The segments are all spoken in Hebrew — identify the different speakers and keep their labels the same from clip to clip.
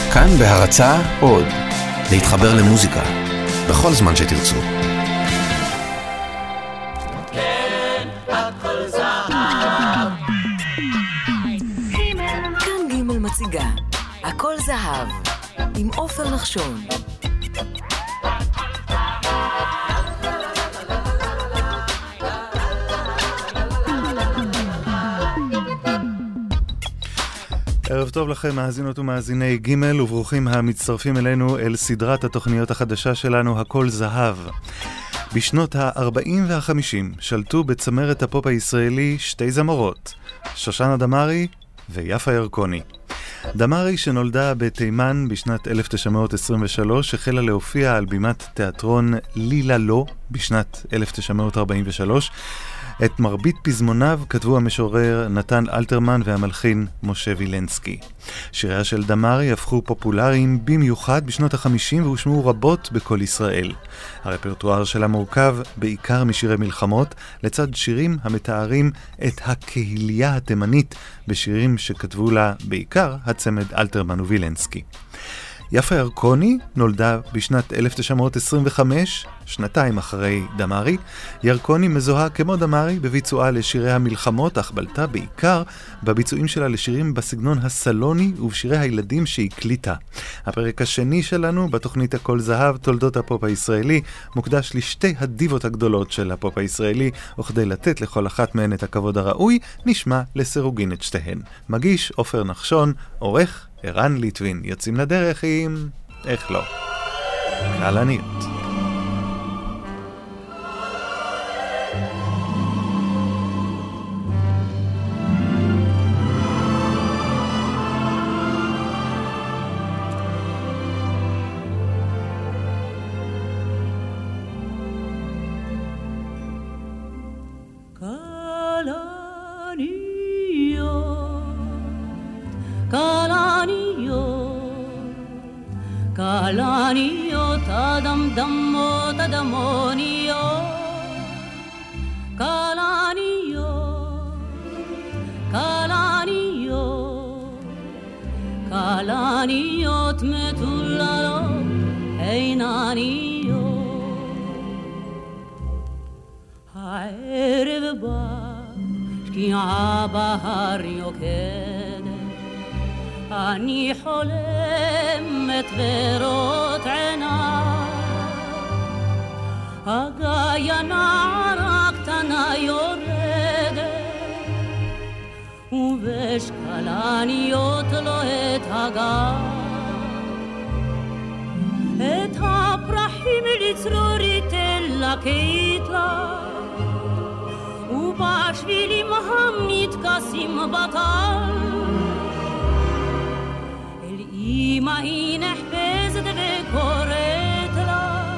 Speaker 1: כאן בהרצאה עוד, להתחבר למוזיקה, בכל זמן שתרצו.
Speaker 2: כן, הכל זהב.
Speaker 3: כאן ג' מציגה, הכל זהב, עם עופר נחשון.
Speaker 4: ערב טוב לכם מאזינות ומאזיני ג' וברוכים המצטרפים אלינו אל סדרת התוכניות החדשה שלנו, הכל זהב. בשנות ה-40 וה-50 שלטו בצמרת הפופ הישראלי שתי זמרות, שושנה דמארי ויפה ירקוני. דמארי, שנולדה בתימן בשנת 1923, החלה להופיע על בימת תיאטרון לילה לא בשנת 1943. את מרבית פזמוניו כתבו המשורר נתן אלתרמן והמלחין משה וילנסקי. שיריה של דמארי הפכו פופולריים במיוחד בשנות ה-50 והושמעו רבות בכל ישראל. הרפרטואר שלה מורכב בעיקר משירי מלחמות, לצד שירים המתארים את הקהילייה התימנית בשירים שכתבו לה בעיקר הצמד אלתרמן ווילנסקי. יפה ירקוני נולדה בשנת 1925, שנתיים אחרי דמארי. ירקוני מזוהה כמו דמארי בביצועה לשירי המלחמות, אך בלטה בעיקר בביצועים שלה לשירים בסגנון הסלוני ובשירי הילדים שהקליטה. הפרק השני שלנו בתוכנית הכל זהב, תולדות הפופ הישראלי, מוקדש לשתי הדיבות הגדולות של הפופ הישראלי, וכדי לתת לכל אחת מהן את הכבוד הראוי, נשמע לסירוגין את שתיהן. מגיש עופר נחשון, עורך ערן ליטווין. יוצאים לדרך עם איך לא, כלניות.
Speaker 5: כלניות הדמדמות הדמוניות, כלניות, כלניות, כלניות מטוללות עינניות. הערב בא שקיעה בהר יוקדת, אני חולמת ורות עיניי, הגיא נערה קטנה יורדת, ובשקלניות לו את הגיא. את הפרחים לצרורית תלקט לה, ובשבילים המתכסים בטל, אמא היא נחפזת וקוראת לה,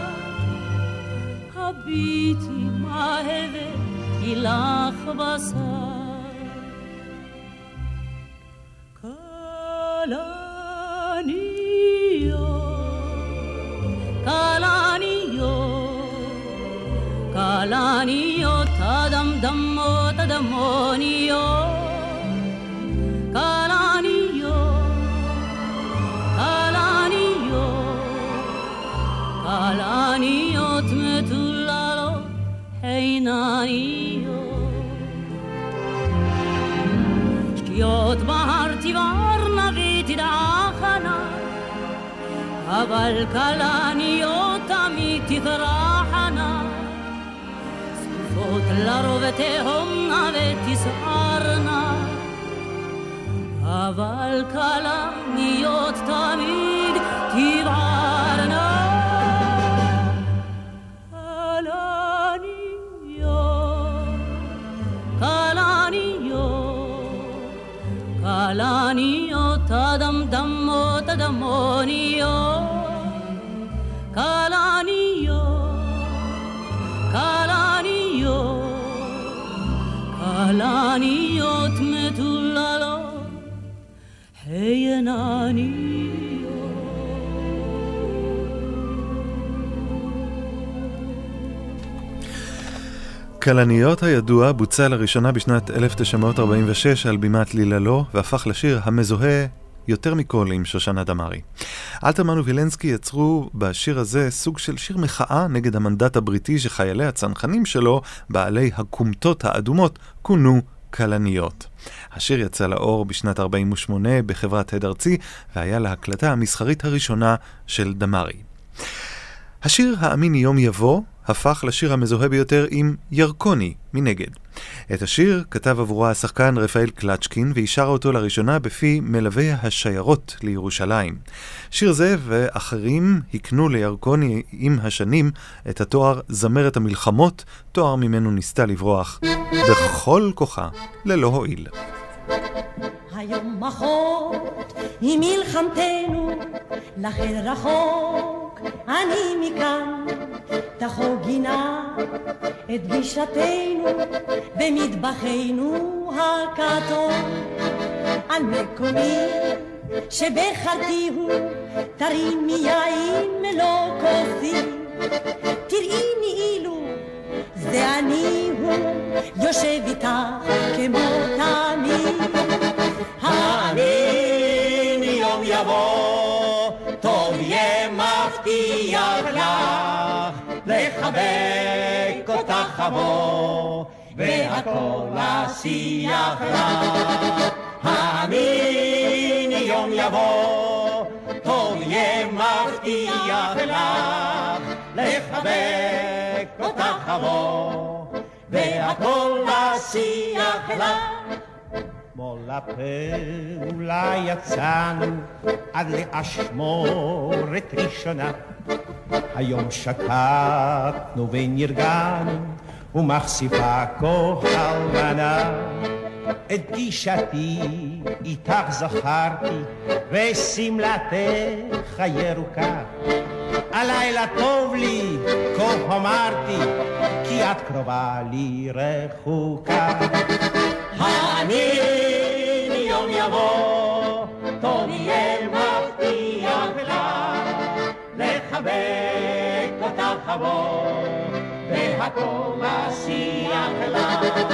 Speaker 5: הביטי מה הבאתי לך בשר. כלניות, כלניות, כלניות הדמדמות הדמוניות, כלניות מטוללות עינניות. שקיעות בהר תבערנה ותדעכנה, אבל כלניות תמיד תפרחנה, צפופות לרוב תהומנה ותסערנה, אבל כלניות תמיד תבערנה. כלניות הדמדמות הדמוניות, כלניות, כלניות, כלניות מטוללות עינניות.
Speaker 4: כלניות הידוע בוצע לראשונה בשנת 1946 על בימת לילה לא, והפך לשיר המזוהה יותר מכל עם שושנה דמארי. אלתרמן ווילנסקי יצרו בשיר הזה סוג של שיר מחאה נגד המנדט הבריטי שחיילי הצנחנים שלו, בעלי הקומטות האדומות, כונו קלניות. השיר יצא לאור בשנת 48 בחברת הד ארצי, והיה להקלטה המסחרית הראשונה של דמארי. השיר האמין יום יבוא הפך לשיר המזוהה ביותר עם ירקוני מנגד. את השיר כתב עבורה השחקן רפאל קלצ'קין ואישר אותו לראשונה בפי מלווי השיירות לירושלים. שיר זה ואחרים הקנו לירקוני עם השנים את התואר זמרת המלחמות, תואר ממנו ניסתה לברוח בכל כוחה ללא הועיל.
Speaker 5: היום אחות היא מלחמתנו, לכן רחוק אני מכאן. תחוגינה את גישתנו במטבחנו הכתום. על מקומי שבחרתי הוא תרימי יין לא כוסי. תראיני אילו זה אני הוא יושב איתך כמו תמיד.
Speaker 2: האמיני יום יבוא טוב יהיה מבטיח לך לחבק אותך אבוא והכל אשיח לך. האמיני יום יבוא טוב יהיה מבטיח לך לחבק אותך אבוא והכל אשיח לך. מול הפעולה יצאנו עד לאשמורת ראשונה. היום שקטנו ונרגענו ומחשיפה כוח הלבנה. את גישתי איתך זכרתי ושמלתך הירוקה. הלילה טוב לי כה אמרתי כי את קרובה לי רחוקה. האמיני יום יבוא טוב יהיה מבטיח לך לחבק אותך אבוא והכל אשיח לך.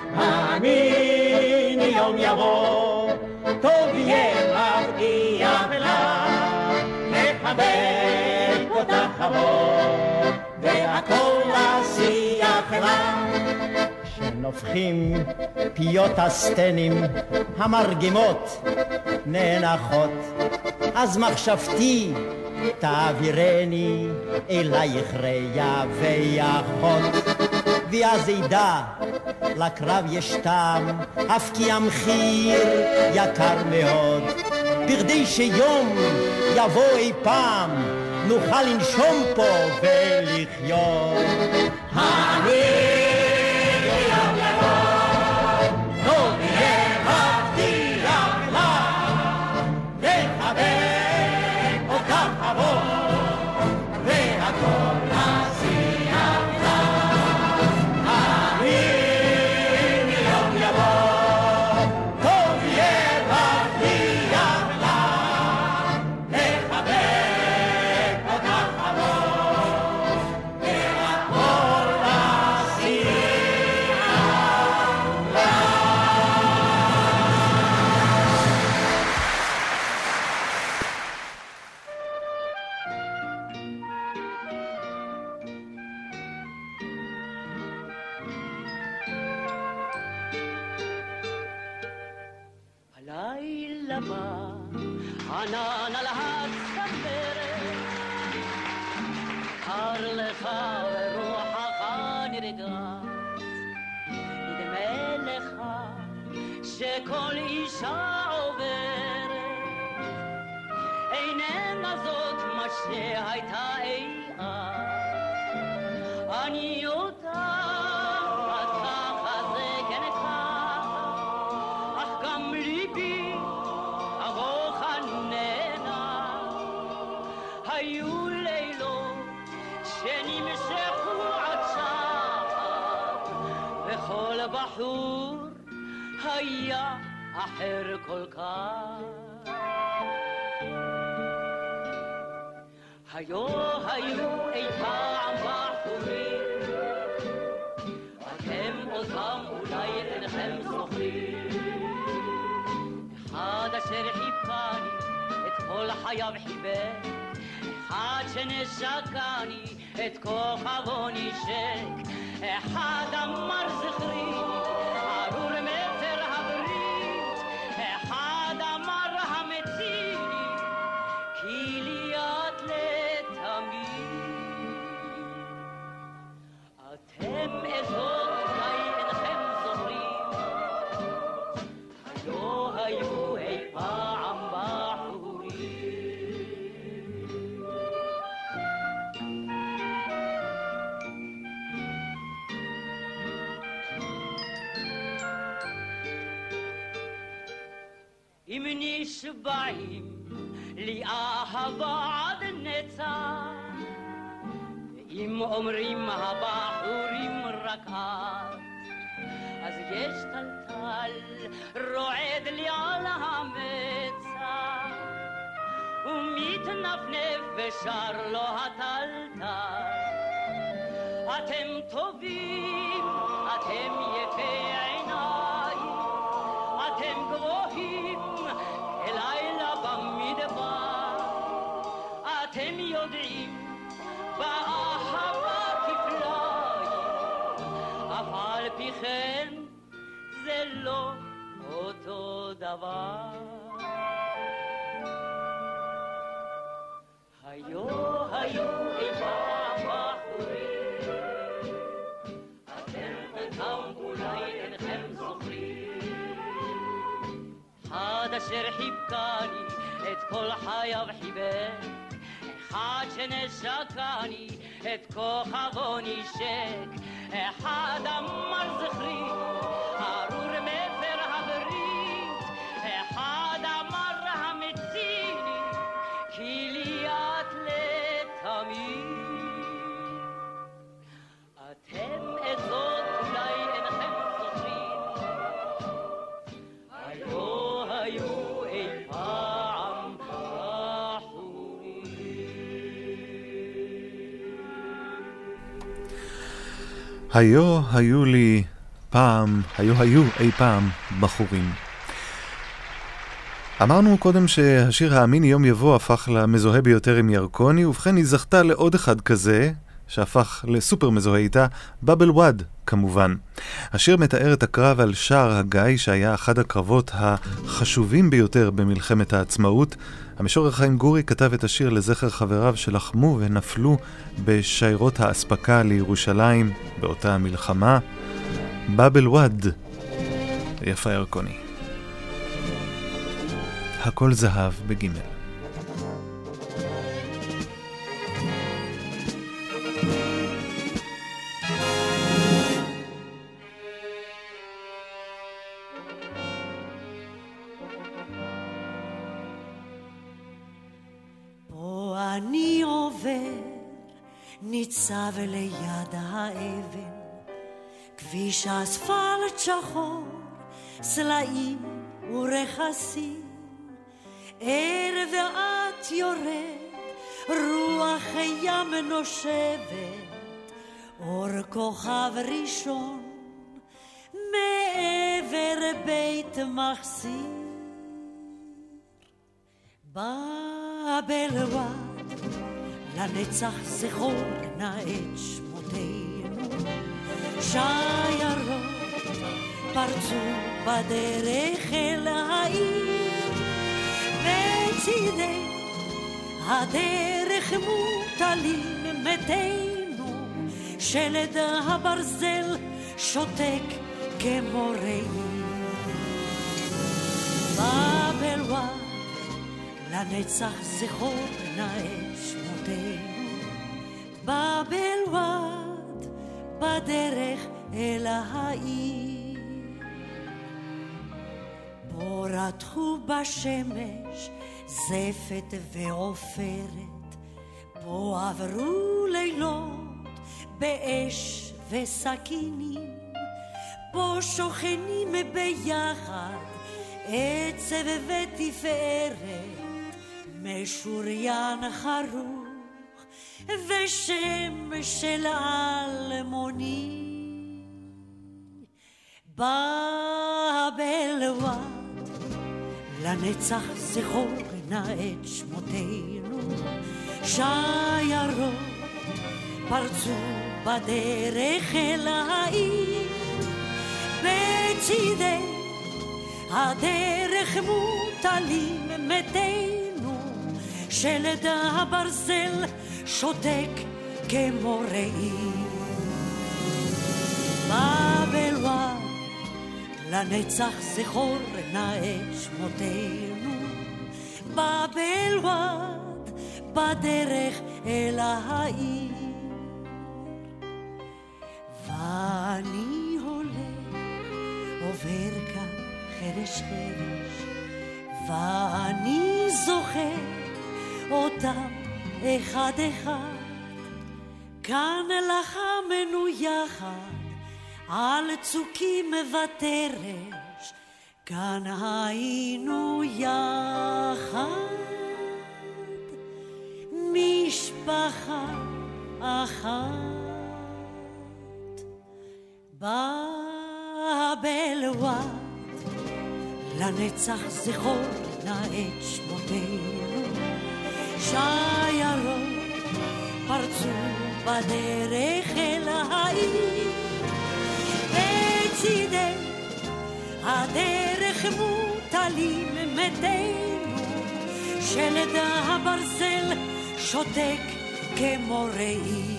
Speaker 2: האמיני יום יבוא טוב יהיה מבטיח לך לחבק אותך אבוא והכל אשיח לך. נופחים פיות הסטנים המרגמות נאנחות, אז מחשבתי תעבירני אלייך ריה ויחות. ואז ידע לקרב יש טעם אף כי המחיר יקר מאוד. בכדי שיום יבוא אי פעם נוכל לנשום פה ולחיות.
Speaker 5: שכל אישה עוברת איננה זאת מה שהייתה אי אז. אני אותה ככה זה כן ככה, אך גם ליבי ארוך הננה. היו לילות שנמשכו עד שחר וכל בחור היה אחר כל כך. היו אי פעם בחורים, אתם אותם אולי אינכם זוכרים. אחד אשר חיפה כל חייו חיבק, אחד שנשקני את כוכבו נשק, אחד אמר זכרי ארור מפר הברית, אחד אמר המציני כי לי את לתמיד. אתם אזור אולי אינכם זוכרים, היו אי פעם בחורים. אם נשבעים לי אהבה עד נצח, ואם אומרים הבחורים רק את, אז יש טלטל רועד לי על המצח, ומתנפנף ושר לו הטלטל. אתם טובים, אתם יפי עיניים, אתם גבוהים כלילה במדבר, אתם יודעים באהבה כפליים, אף על פי כן זה לא אותו דבר. היו אי פעם בחורים, אתם אותם אולי אינכם זוכרים, אחד אשר חיבקני את כל חייו חיבק, אחד שנשקני את כוכבו נשק, אחד אמר זכרי ארור מפר הברית, אחד אמר המציני כי לי את לתמיד. אתם את זאת אולי אינכם זוכרים, היו אי פעם בחורים.
Speaker 4: היו לי פעם, היו אי פעם בחורים. אמרנו קודם שהשיר האמיני יום יבוא הפך למזוהה ביותר עם ירקוני, ובכן היא זכתה לעוד אחד כזה, שהפך לסופר מזוהה איתה, בבל וואד כמובן. השיר מתאר את הקרב על שער הגיא, שהיה אחד הקרבות החשובים ביותר במלחמת העצמאות. המשורר חיים גורי כתב את השיר לזכר חבריו שלחמו ונפלו בשיירות האספקה לירושלים באותה המלחמה. בבל וואד, יפה ירקוני. הכל זהב בגימל.
Speaker 6: פה אני עובר, ניצב ליד האבן, כביש אספלט שחור, סלעים ורכסים, ערב ואת יורד, רוח ים נושבת, אור כוכב ראשון, מעבר בית מחסיר. בבל וואד, לנצח זכור נא את שמותינו, שיירות פרצו בדרך אל העיר, בצידי הדרך מוטלים מתינו, שלד הברזל שותק כמו ראי. בבל וואד, לנצח זכור נא את שמותינו, בבל וואד, בדרך אל העיר. פה רתחו בשמש זפת ועופרת, פה עברו לילות באש וסכינים, פה שוכנים ביחד עצב ותפארת, משוריין חרוך ושם של אלמוני. בבל וואד, לנצח זכור נא את שמותינו, שיירות פרצו בדרך אל העיר, בצידי הדרך מוטלים מתינו, שלד הברזל שותק כמו ראי. בבלווה לנצח זכור נא את שמותינו, בבלוות בדרך אל העיר. ואני הולך עובר כאן חרש חרש, ואני זוכר אותם אחד אחד, כאן לחמנו יחד על צוקים ותרש, כאן היינו יחד משפחה אחת. בבלוות לנצח זכור נא את שמותינו, שיירות פרצו בדרך אל העיר, בצידי הדרך מוטלים מתינו, שלד הברזל שותק כמו ראי.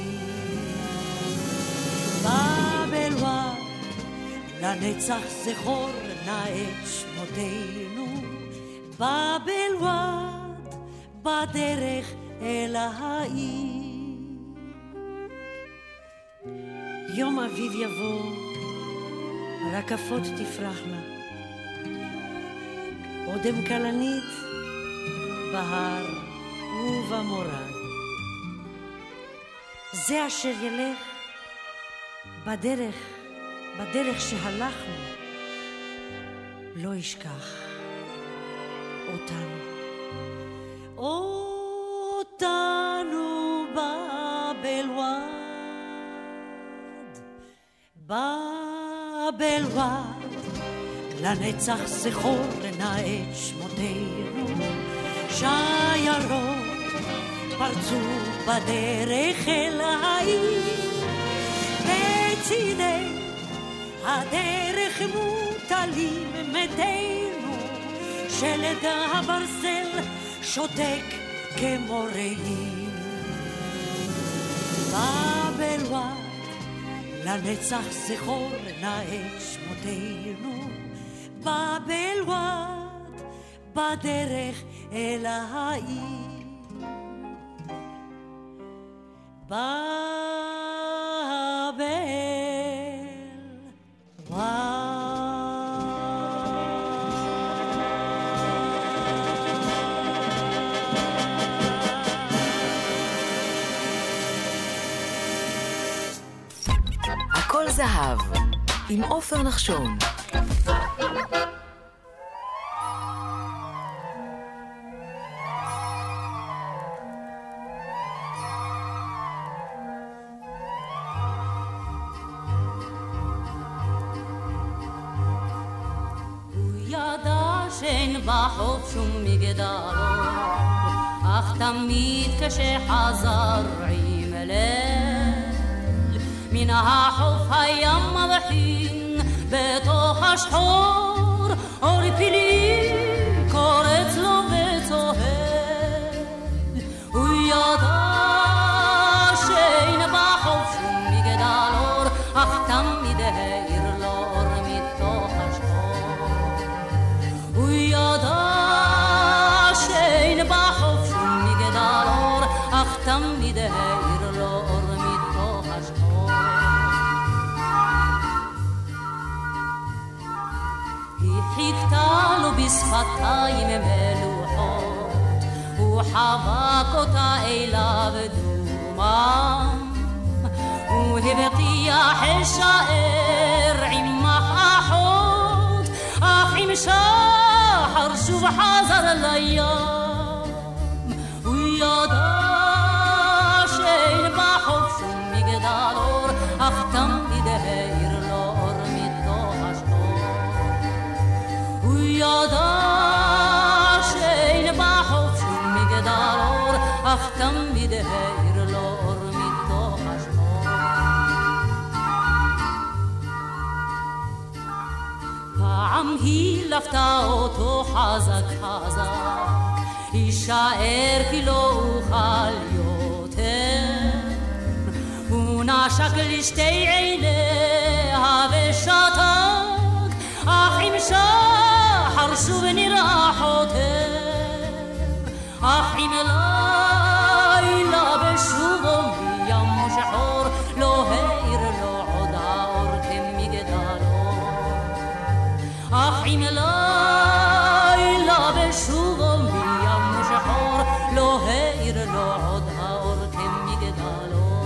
Speaker 6: בבלוות לנצח זכור נא את שמותינו, בבלוות בדרך אל העיר. יום אביב יבוא, רקפות תפרחנה, אודם כלנית בהר ובמורד. זה אשר ילך בדרך שהלכנו, לא ישכח אותנו בבלוות לנצח זכור נא את שמותינו, שיירות פרצו בדרך אל העיר, בצידי הדרך מוטלים מתינו, שלד הברזל שותק כמו ראי. בבלוות לנצח זכור נא את שמותינו, בבלוות בדרך אל העיר.
Speaker 3: הכל זהב עם עופר נחשון.
Speaker 7: שאין בחוף שום מגדלו, אך תמיד כשחזר עם ליל מן החוף היה מבחין בתוך השחור, אור פילי קורץ לו וצוהל. הוא ידע שאין בחוף שום מגדלו, אך תמיד העיר לו אור מתוך השחור. הוא ידע שאין בחוף שום מגדל אור, אך תמיד העיר לו אור מתוך השחור. היא חיכתה לו בשפתיים מלוחות, הוא חבק אותה אליו דומם, הוא הבטיח אשאר עמך אחות, אך עם שחר שוב חזר לים. הוא ידע שאין בחוף שום מגדל אור, אך תמיד העיר לו אור מתוך השחור. הוא ידע שאין בחוף אך תמיד העיר לו אור מתוך השחור. פעם היא לפתה אותו חזק חזק, יישאר כי לא אוכל יותר. הוא נשק לשתי עיניה ושתק, אך עם שחר שוב נראה חוטר. אך עם לילה בשובו מים שחור, לא העיר לו עוד האור כמגדלו. אך עם לילה בשובו מים שחור, לא העיר לו עוד האור כמגדלו.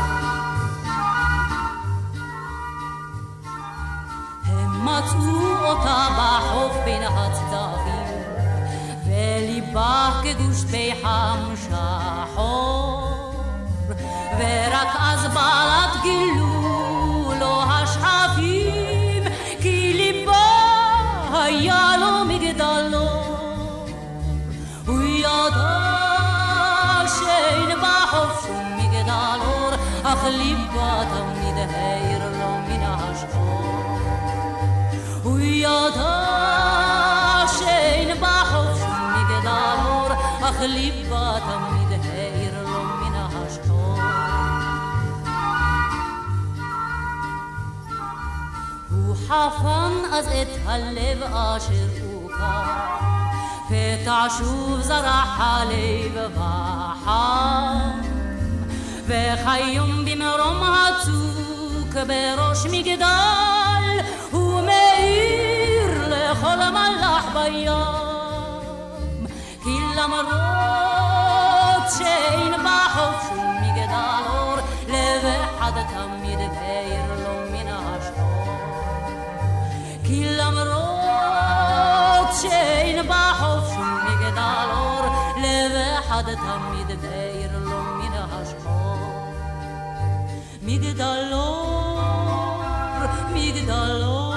Speaker 7: הם מצאו אותה בחוף בין הצדפים, וליבה כגוש פחם שחור, ורק אז בעלת גילו לו השחפים, כי ליבה היה לו מגדלו. הוא ידע שאין בחוף שום מגדל אור, אך ליבה תמיד העיר לו מן השחור. הוא ידע שאין בחוף שום מגדל אור, אך ליבה תמיד העיר לו מן השחור. הוא חפן אז את הלב אשר הוקע, פתע שוב זרח הלב וחם, וכיום במרום הצוק בראש מגדל, הוא מאיר לכל מלאך בים. כי למרות שאין בחוף שום מגדל אור, לב אחד תמיד מאיר לו מן השחור. כי למרות שאין בחוף שום מגדל אור, לב אחד תמיד מאיר לו מן השחור. מגדל אור, מגדל אור.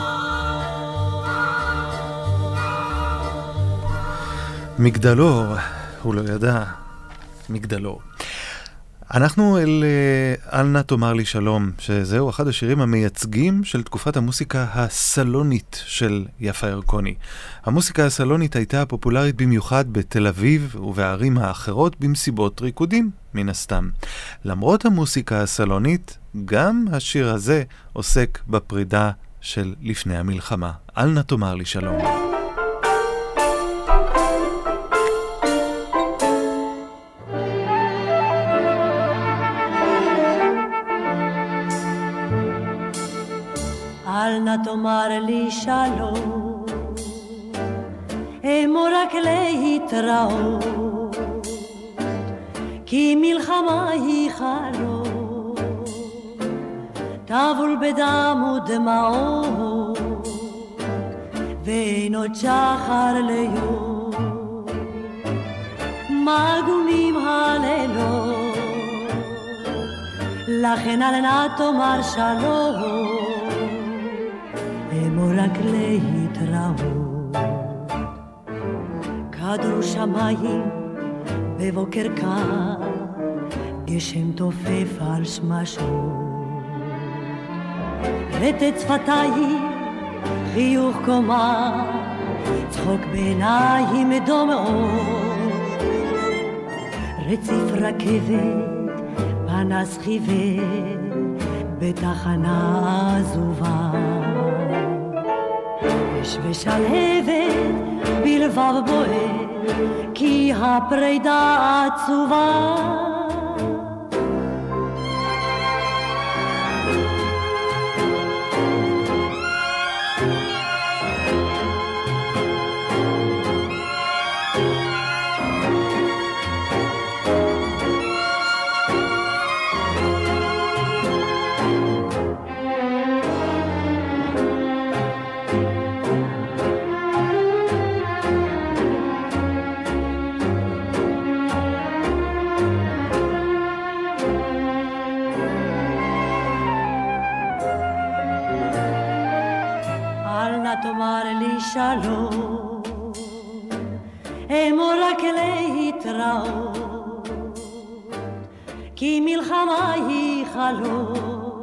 Speaker 4: מגדלור, הוא לא ידע, מגדלור. אנחנו אל נא תאמר לי שלום, שזהו אחד השירים המייצגים של תקופת המוסיקה הסלונית של יפה ירקוני. המוסיקה הסלונית הייתה פופולרית במיוחד בתל אביב ובערים האחרות במסיבות ריקודים, מן הסתם. למרות המוסיקה הסלונית, גם השיר הזה עוסק בפרידה של לפני המלחמה. אל נא תאמר לי שלום.
Speaker 6: אל נא תאמר לי שלום, אמור רק להתראות, כי מלחמה היא חלום, טבול בדם ודמעות, ואין עוד שחר ליום, מגונים הלילות, לכן אל נא תאמר שלום, אמור רק להתראות. כדור שמיים בבוקר קר, גשם תופף על שמשו, רטט שפתיים, חיוך קומה, צחוק בעיניים דומעות, רציף רכבת, פנס חיוור, בתחנה עזובה, אש ושלהבת בלבב בוער, כי הפרידה עצובה. כי מלחמה היא חלום,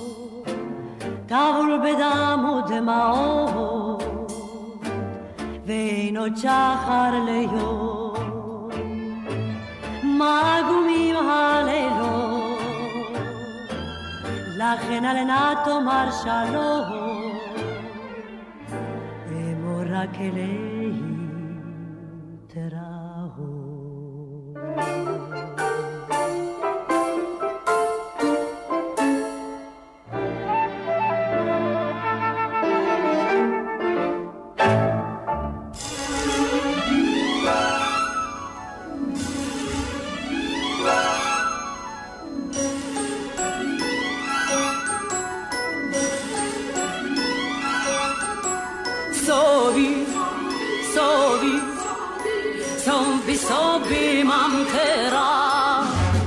Speaker 6: טבול בדם ודמעות, ואין עוד שחר ליום, מגומים הלילות, לכן אל נא תאמר שלום, אמור רק אלי תראו.
Speaker 7: סובי ממטרה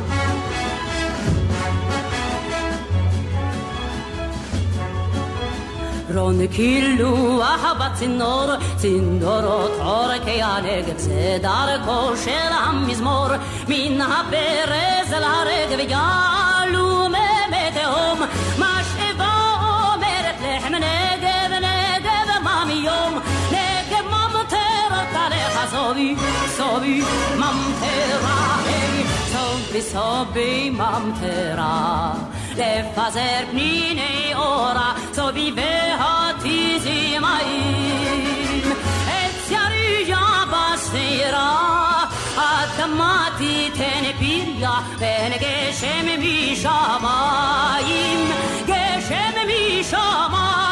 Speaker 7: רון קילוח בצינור צינורות עורקי הנגב זה דרכו של המזמור מן הברז אל הרגב יעלו מי תהום משאבה אומרת לחם נגב נגב מה מיום נגב ממטרות עליך סובי סובי ממטרה סובי סובי ממטרה לפזר פניני אורה סובי והתיזי מים את יריה בסתירה אדמה תיתן פריה בין גשם משמיים גשם משמיים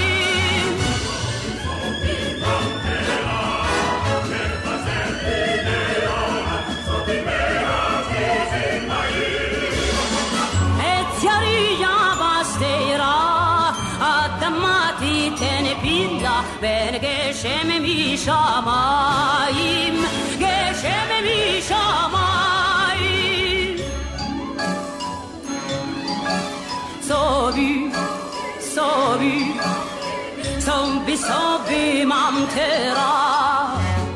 Speaker 7: בין גשם משמיים גשם משמיים סובי סובי סובי סובי ממטרה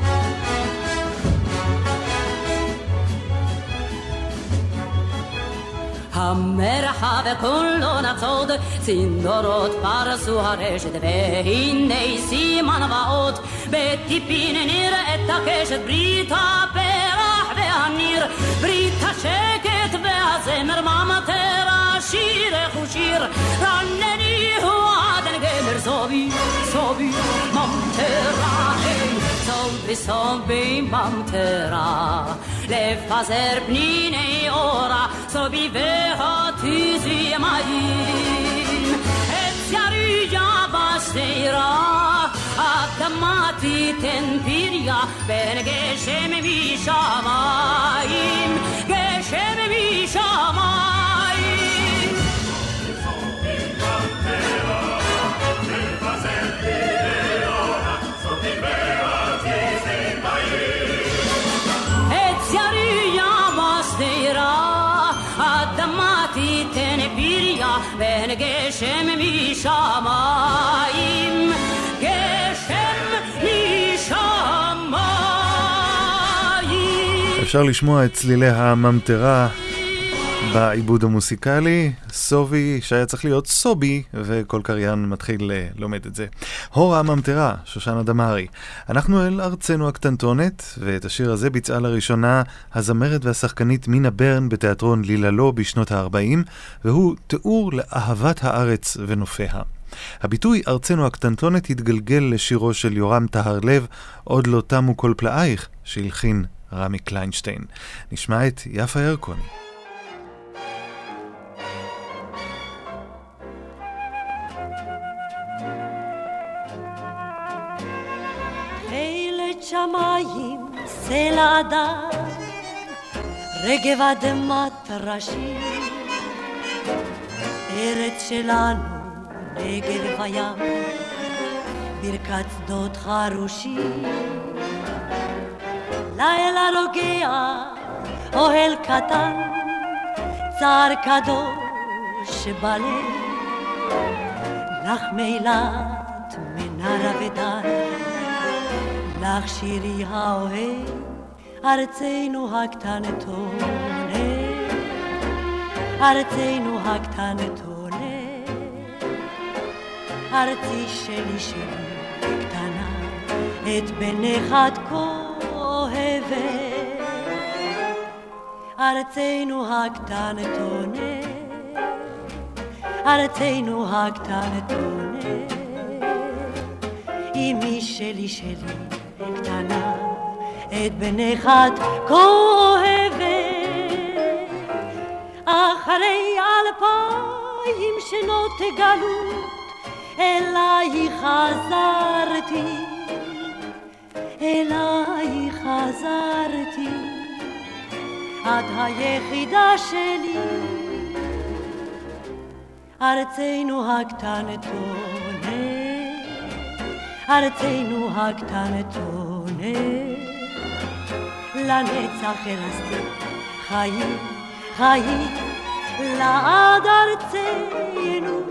Speaker 7: המרחב כולו נצוד צינורות פרסו הרשת והנה סימן ואות בטיפין נראית הקשת ברית הפרח והניר ברית השקט והזמר ממטרה שירך ושיר רנני הוא עדן גמר סובי סובי ממטרה סובי סובי ממטרה לפזר פניני אורה סובי והתיזי מים את יריה בסתירה אדמה תיתן פריה בין גשם משמיים גשם משמיים סובי ממטרה לפזר פניני אורה סובי והתיזי מים את יריה בסתירה אדמה תיתן פריה בין גשם משמיים גשם משמיים
Speaker 4: אפשר לשמוע את צלילי הממטרה בעיבוד המוסיקלי, סובי שהיה צריך להיות סובי, וכל קריין מתחיל לומד את זה. הור הממטרה, שושנה דמארי. אנחנו אל ארצנו הקטנטונת, ואת השיר הזה ביצעה לראשונה הזמרת והשחקנית מינה ברן בתיאטרון ליללו בשנות ה-40, והוא תיאור לאהבת הארץ ונופיה. הביטוי ארצנו הקטנטונת התגלגל לשירו של יורם טהר לב, עוד לא תמו כל פלאייך, שהלחין רמי קליינשטיין. נשמע את יפה ירקוני.
Speaker 6: שמיים סלע אדם רגב אדמת ראשי ארץ שלנו נגב וים ברכת שדות חרושי לילה רוגע אוהל קטן צער קדוש בלב לך מילת מנרה ודן לך שירי האוהב ארצנו הקטנטונת ארצנו הקטנטונת, ארצי שלי שלי קטנה, את בנך את כואבת. ארצנו הקטנטונת, ארצנו הקטנטונת, אמי שלי שלי קטנה, את בנך את כואבת. אחרי 2000 שנות גלות אלייך חזרתי, אלייך חזרתי, את היחידה שלי. ארצנו הקטנטונת, ארצנו הקטנטונת, לנצח הרסתי חיים, חיים לעד ארצנו.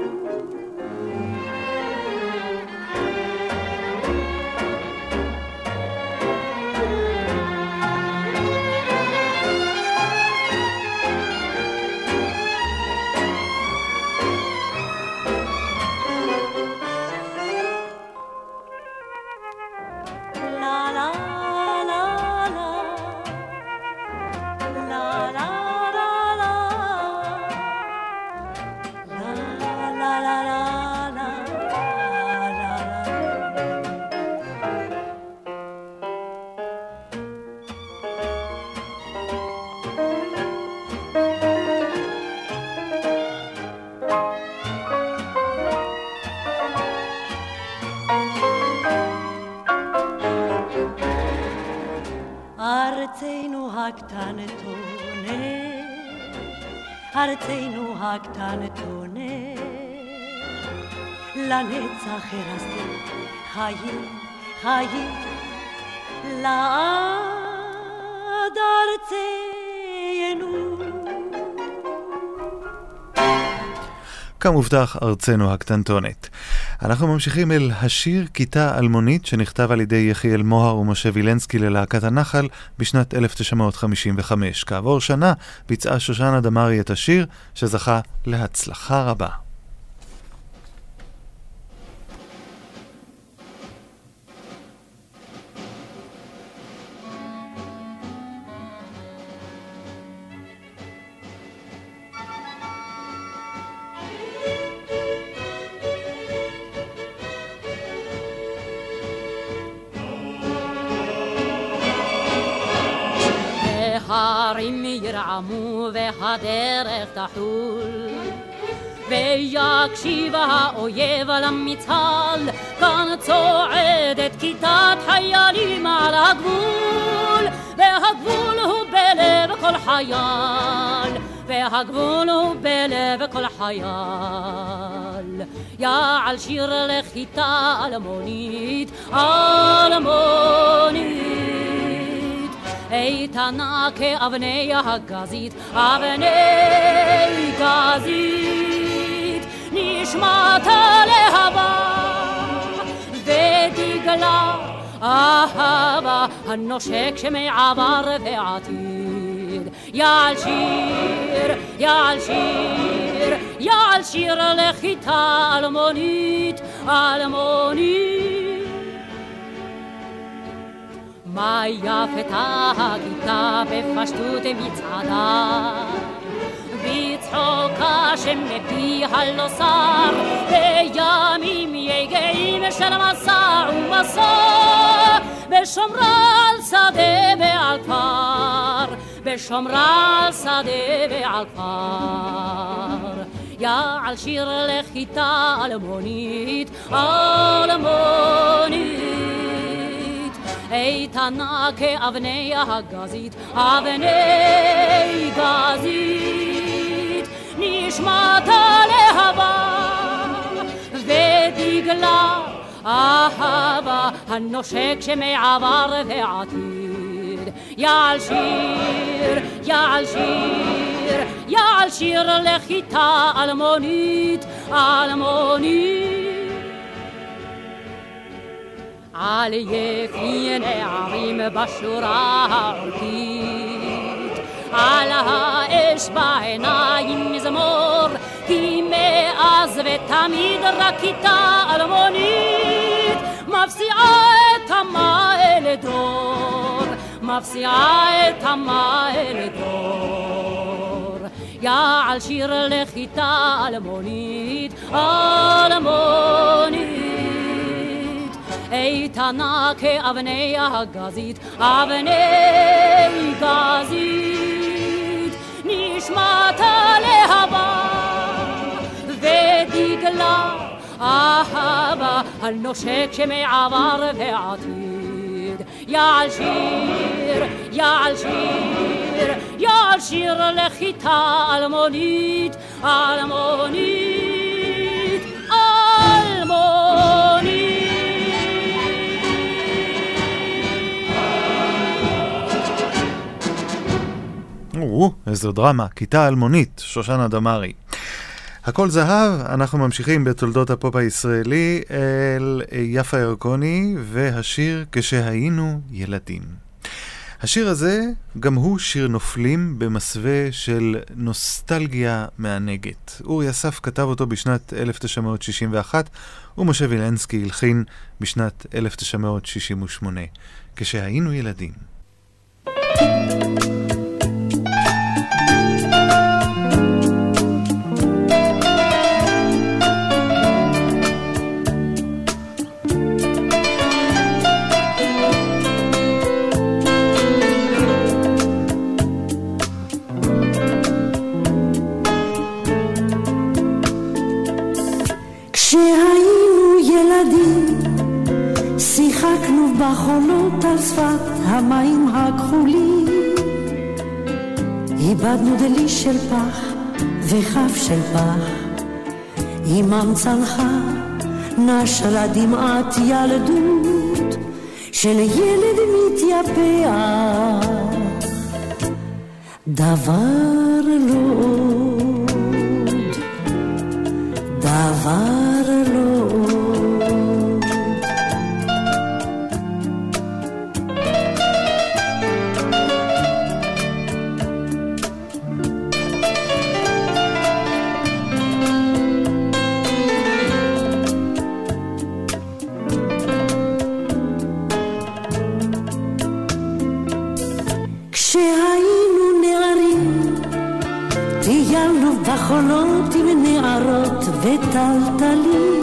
Speaker 6: ארצנו הקטנטונת, ארצנו הקטנטונת, לנצח הרסתי חיים, חיים לעד ארצנו.
Speaker 4: כמובטח, ארצנו הקטנטונת. אנחנו ממשיכים אל השיר כיתה אלמונית שנכתב על ידי יחיאל מוהר ומשה וילנסקי ללהקת הנחל בשנת 1955. כעבור שנה ביצעה שושנה דמארי את השיר שזכה להצלחה רבה.
Speaker 7: ההרים ירעמו והדרך תחול ויקשיב האויב למצהל, כאן צועדת כיתת חיילים על הגבול, והגבול הוא בלב כל חייל, והגבול הוא בלב כל חייל. יעל שיר לכיתה אלמונית, אלמונית, איתנה כאבני הגזית, אבני גזית, נשמת הלהבה ודגלה אהבה הנושק שמעבר ועתיד. יעל שיר, יעל שיר, יעל שיר לכיתה אלמונית, אלמונית. מה יפתה הכיתה בפשטות מצעדה, בצחוקה שמפיה לא שר, בימים יגעים של מסע ומסע, בשומרה על שדה ועל כפר, בשומרה על שדה ועל כפר. יעל שיר לכיתה אלמונית, אלמונית, איתנה כאבני הגזית, אבני גזית, נשמת הלהבה ודגלה אהבה הנושק שמעבר ועתיד. יעל שיר, יעל שיר, יעל שיר לכיתה אלמונית, אלמונית. על יפי נערים בשורה העורפית, על האש בעיניים תמיד רק כיתה אלמונית מפסיעה את המה אל דור, מפסיעה את המה אל דור. יעל שיר לכיתה אלמונית, אלמונית איתנה כאבני הגזית, אבני גזית נשמת להבה ודגלה אהבה הנושק שמעבר ועתיד. יעל שיר, יעל שיר, יעל שיר לכיתה אלמונית, אלמונית, אלמונית.
Speaker 4: איזו דרמה, כיתה אלמונית, שושנה דמארי. הכל זהב, אנחנו ממשיכים בתולדות הפופ הישראלי אל יפה ירקוני והשיר כשהיינו ילדים. השיר הזה גם הוא שיר נופלים במסווה של נוסטלגיה מענגת. אורי אסף כתב אותו בשנת 1961 ומשה וילנסקי הלחין בשנת 1968. כשהיינו ילדים.
Speaker 6: שיחקנו בחולות על שפת המים הכחולים, איבדנו דלי של פח וכף של פח, אמם צנחה נשרה דמעת ילדות של ילד מתייפח, דבר לא עוד, דבר לא עוד. בחולות עם נערות וטלטלים,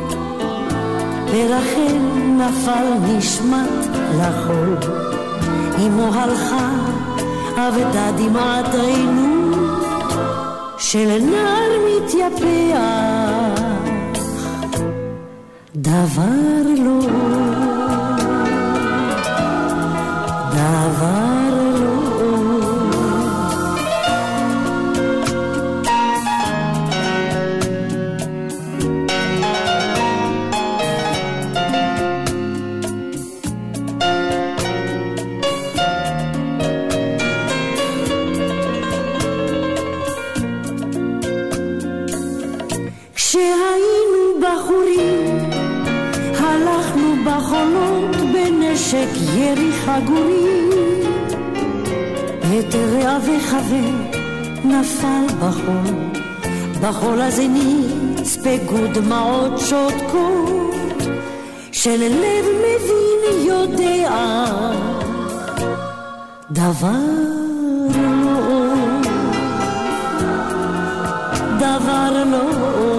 Speaker 6: ברחל נפל נשמת לחול, אמו הלכה אבדה דמעת עינות של נער מתייפח, דבר לא דבר לא. בנשק ירי חגורי, יתרע וחבר נפל בחול, בחול הזה נספגו דמעות שותקות של לב מבין יודע, דבר לא, דבר לא.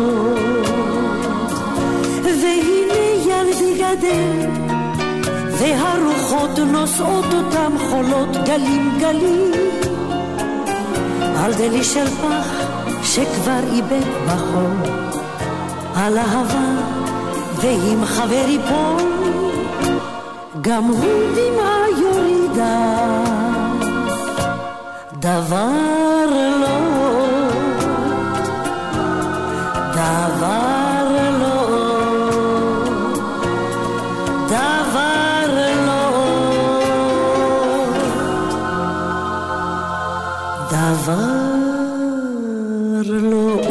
Speaker 6: והנה ילדי גדל והרוחות נושאות אותם חולות גלים גלים, על דלי של פח שכבר איבד בחול, על אהבה ועם חבר יפול, גם הוא דמעה יורידה, דבר לא, דבר לא, דבר לא, דבר לא.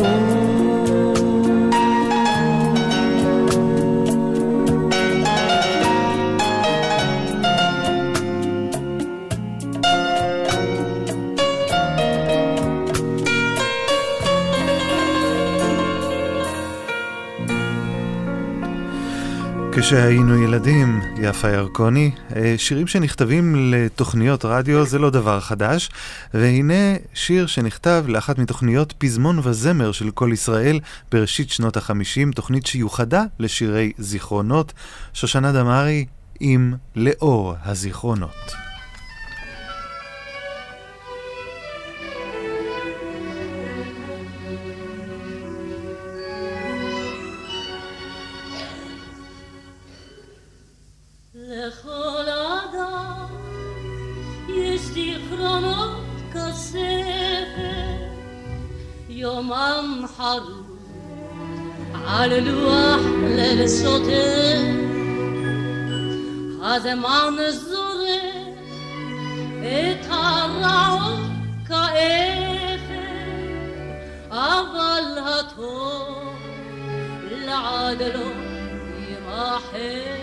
Speaker 4: כשהיינו ילדים, יפה ירקוני. שירים שנכתבים לתוכניות רדיו זה לא דבר חדש, והנה שיר שנכתב לאחת מתוכניות פזמון וזמר של כל ישראל בראשית שנות ה-50, תוכנית שיוחדה לשירי זיכרונות. שושנה דמארי עם לאור הזיכרונות.
Speaker 7: לכל אדם יש זיכרונות כספר, יומם חרוב על לוח ליל סותר, הזמן זורק את הרעות כאפר, אבל הטוב לעד לא ימחר.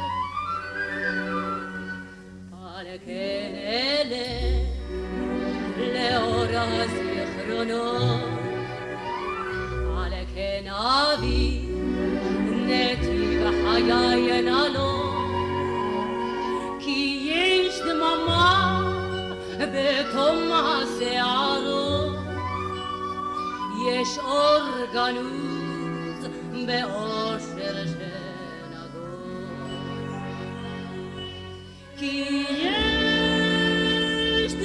Speaker 7: כן אלה לאור הזיכרונות, על כן אבי נתיב חיי נעלו, כי יש דממה בתום השערות, יש אור גנוז באושר כי יש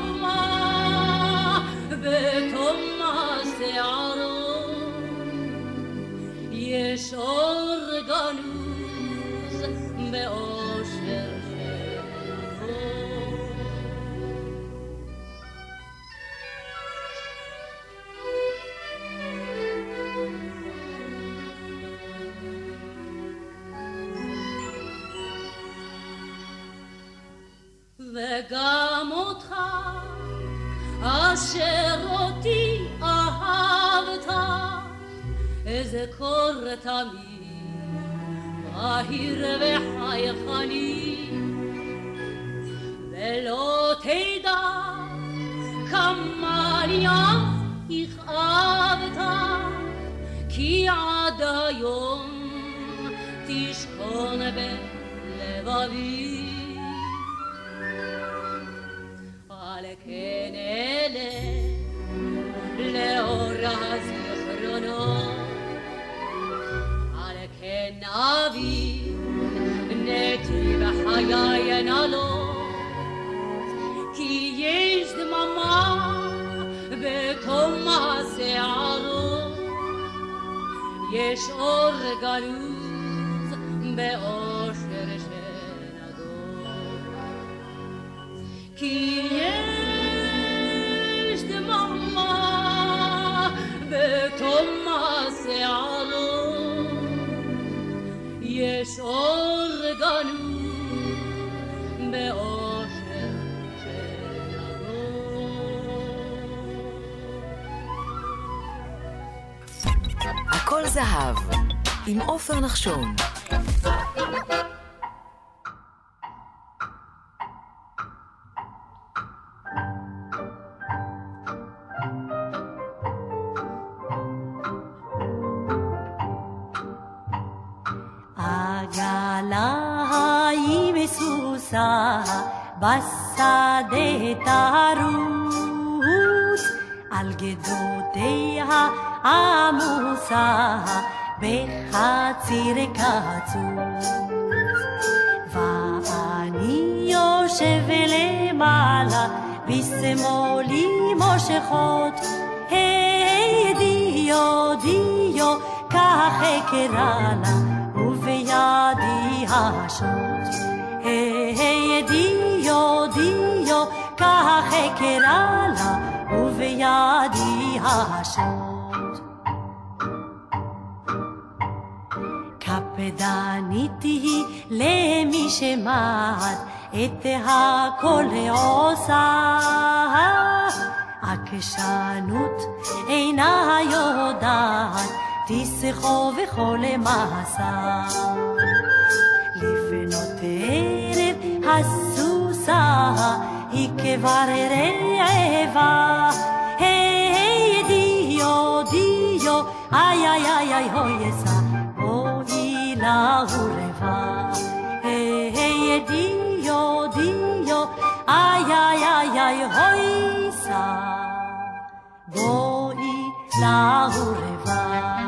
Speaker 7: דממה בתום השערות, יש אור גנוז באושר שנבוא. וגם אותך אשר אותי אהבת, אזכור תמיד מהיר וחייכני, ולא תדע כמה לי הכאבת, כי עד היום תשכון בלבבי. כן אלה לאור הזיכרונות, על כן אבי נתיב חיי נעלו, כי יש דממה בתום השערות, יש אור גנוז באושר שנגור, כי יש דממה בתום השערות, יש אור גנוז באושר שנגור.
Speaker 3: הכל זהב עם עופר נחשון.
Speaker 6: בשדה תרוץ על גדותיה עמוסה בחציר קצוץ, ואני יושב למעלה בשמאלי מושכות, היי דיו דיו כך אקרא לה ובידי השוט, היי דיו דיו כך אקרא לה ובידי השוט. קפדנית היא למי שמעת את הכל עושה, עקשנות אינה יודעת תסחו וכל מסע, לפנות ערב הסוסה היא כבר רעבה, היי דיו דיו איי איי איי איי הוי יסה אוי לה ורבה. סע בואי לעורבה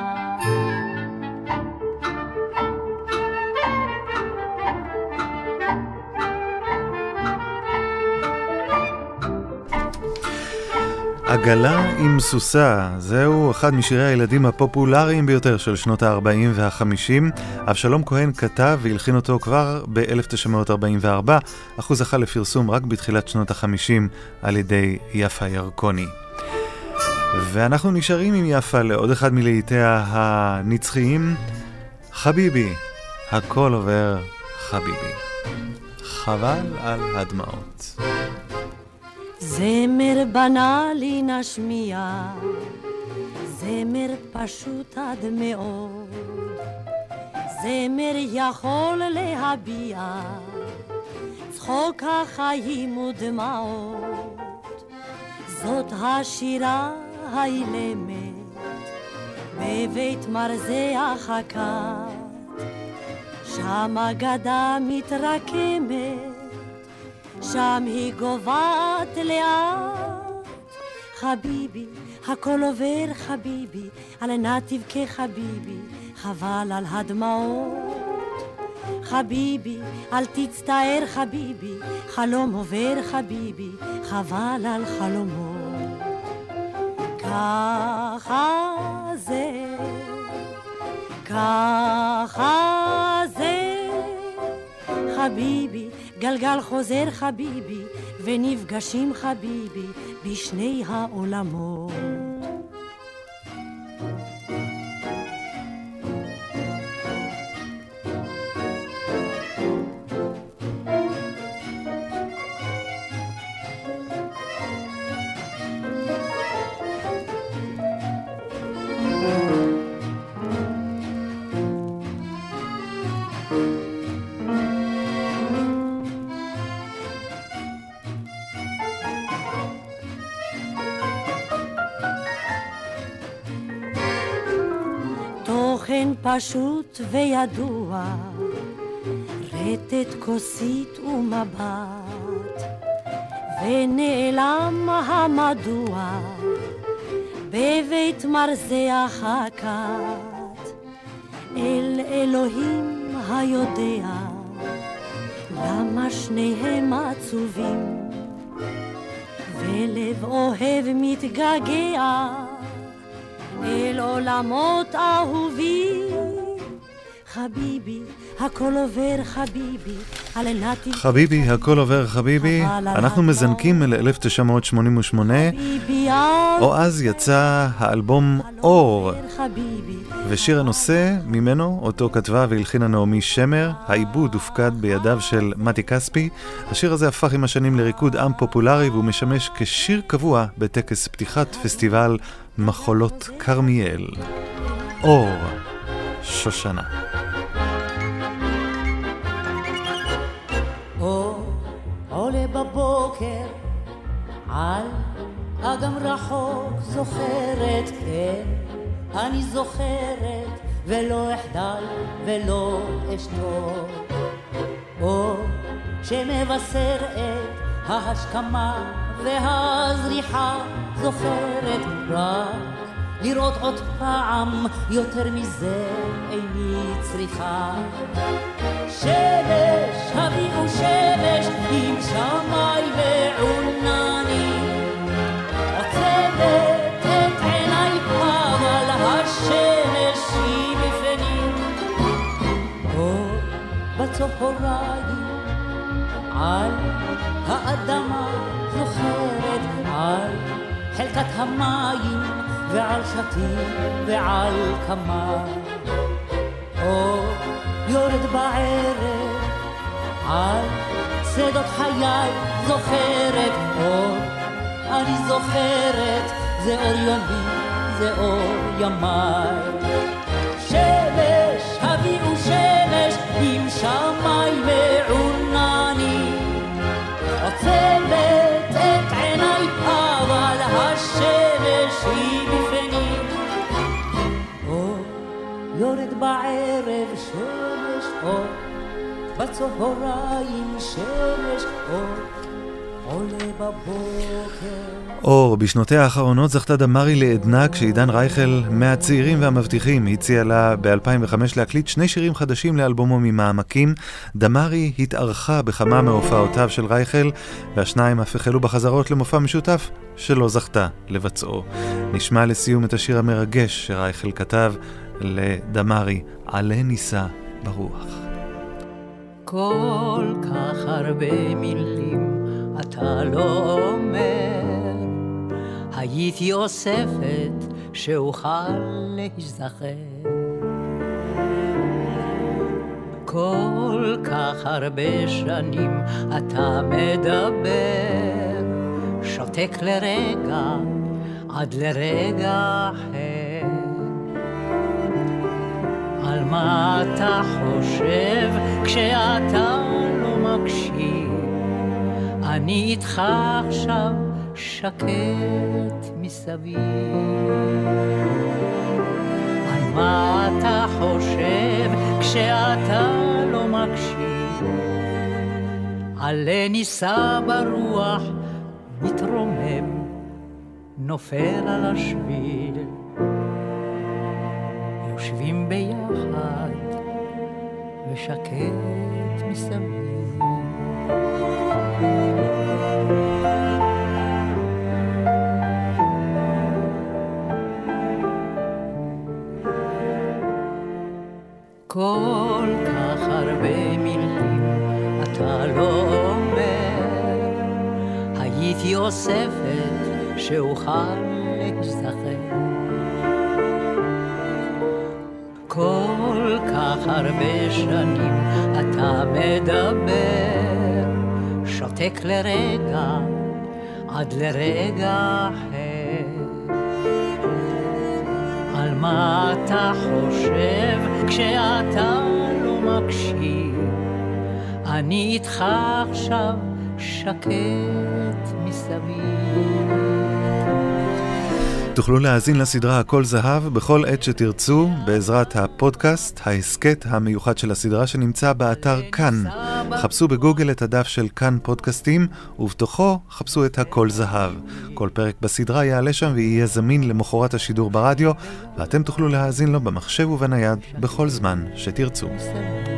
Speaker 4: עגלה עם סוסה, זהו אחד משירי הילדים הפופולריים ביותר של שנות ה-40 וה-50. אבשלום כהן כתב והלחין אותו כבר ב-1944, אחוז זכה לפרסום רק בתחילת שנות ה-50 על ידי יפה ירקוני. ואנחנו נשארים עם יפה לעוד אחד מלהיטיה הנצחיים, חביבי, הכל עובר חביבי. חבל על הדמעות.
Speaker 6: זמר בנאלי נשמיע, זמר פשוט עד מאוד, זמר יכול להביע צחוק החיים ודמעות. זאת השירה האילמת בבית מרזח הקט, שם אגדה מתרקמת, שם היא גובעת לאט. חביבי, הכל עובר חביבי, על נא תבכה חביבי, חבל על הדמעות. חביבי, אל תצטער חביבי, חלום עובר חביבי, חבל על חלומות. ככה זה, ככה זה חביבי, גלגל חוזר חביבי, ונפגשים חביבי בשני העולמות. פשוט וידוע, רטט כוסית ומבט, ונעלם המדוע בבית מרזח הקט. אל אלוהים היודע למה שניהם עצובים, ולב אוהב מתגעגע אל עולמות אהובים. חביבי, הכל עובר חביבי, על נתי
Speaker 4: חביבי, הכל עובר חביבי. אנחנו מזנקים ל-1988, או אז יצא האלבום אור, ושיר הנושא ממנו אותו כתבה והלחינה נעמי שמר. העיבוד הופקד בידיו של מתי כספי. השיר הזה הפך עם השנים לריקוד עם פופולרי, והוא משמש כשיר קבוע בטקס פתיחת פסטיבל מחולות קרמיאל. אור, שושנה.
Speaker 7: אור עולה בבוקר על אגם רחוק, זוכרת, כן, אני זוכרת, ולא אחדל ולא אשתוק. אור שמבשר את ההשכמה והזריחה, זוכרת, רק לראות עוד פעם, יותר מזה איני צריכה. שמש, הביאו שמש עם שמי ועונני, עוצמת את עיניי, אבל השמש היא בפנים. אור בצהריים על האדמה, זוכרת, על חלקת המים ועל שתים ועל כמה. אור יורד בערב על שדות חיי, זוכרת, אור אני זוכרת, זה אור יומי, זה אור ימי. שמש, הביאו שמש עם שמי ועונני, עוצמת את עיניי, אבל השמש היא בפנים. אור יורד בערב, שמש אור, בצהריים שמש אור,
Speaker 6: עולה בבוקר.
Speaker 4: אור, בשנותיה האחרונות זכתה דמרי לעדנה כשעידן רייכל מהצעירים והמבטיחים הציע לה ב-2005 להקליט 2 שירים חדשים לאלבומו ממעמקים. דמרי התארחה בכמה מהופעותיו של רייכל, והשניים אף החלו בחזרות למופע משותף שלא זכתה לבצעו. נשמע לסיום את השיר המרגש שרייכל כתב לדמרי, עלה ניסה ברוח.
Speaker 7: כל כך הרבה מילים אתה לא אומר, הייתי אוספת שאוכל להיזכר. כל כך הרבה שנים אתה מדבר, שותק לרגע עד לרגע אחר. על מה אתה חושב כשאתה לא מקשיב? אני איתך עכשיו שקט מסביב. על מה אתה חושב כשאתה לא מקשיב? עלה ניסה ברוח, מתרומם, נופל על השביל. יושבים ביחד ושקט מסביב. כל כך הרבה מילים אתה לא אומר, הייתי אוספת שאוכל להיזכר. כל כך הרבה שנים אתה מדבר, שותק לרגע עד לרגע אחר. על מה אתה חושב כשאתה לא מקשיב? אני איתך עכשיו שקט מסביב.
Speaker 4: תוכלו להאזין לסדרה הכל זהב בכל עת שתרצו בעזרת הפודקאסט, ההסקט המיוחד של הסדרה שנמצא באתר כאן. חפשו בגוגל את הדף של כאן פודקאסטים ובתוכו חפשו את הכל זהב. כל פרק בסדרה יעלה שם ויהיה זמין למחרת השידור ברדיו, ואתם תוכלו להאזין לו במחשב ובנייד בכל זמן שתרצו.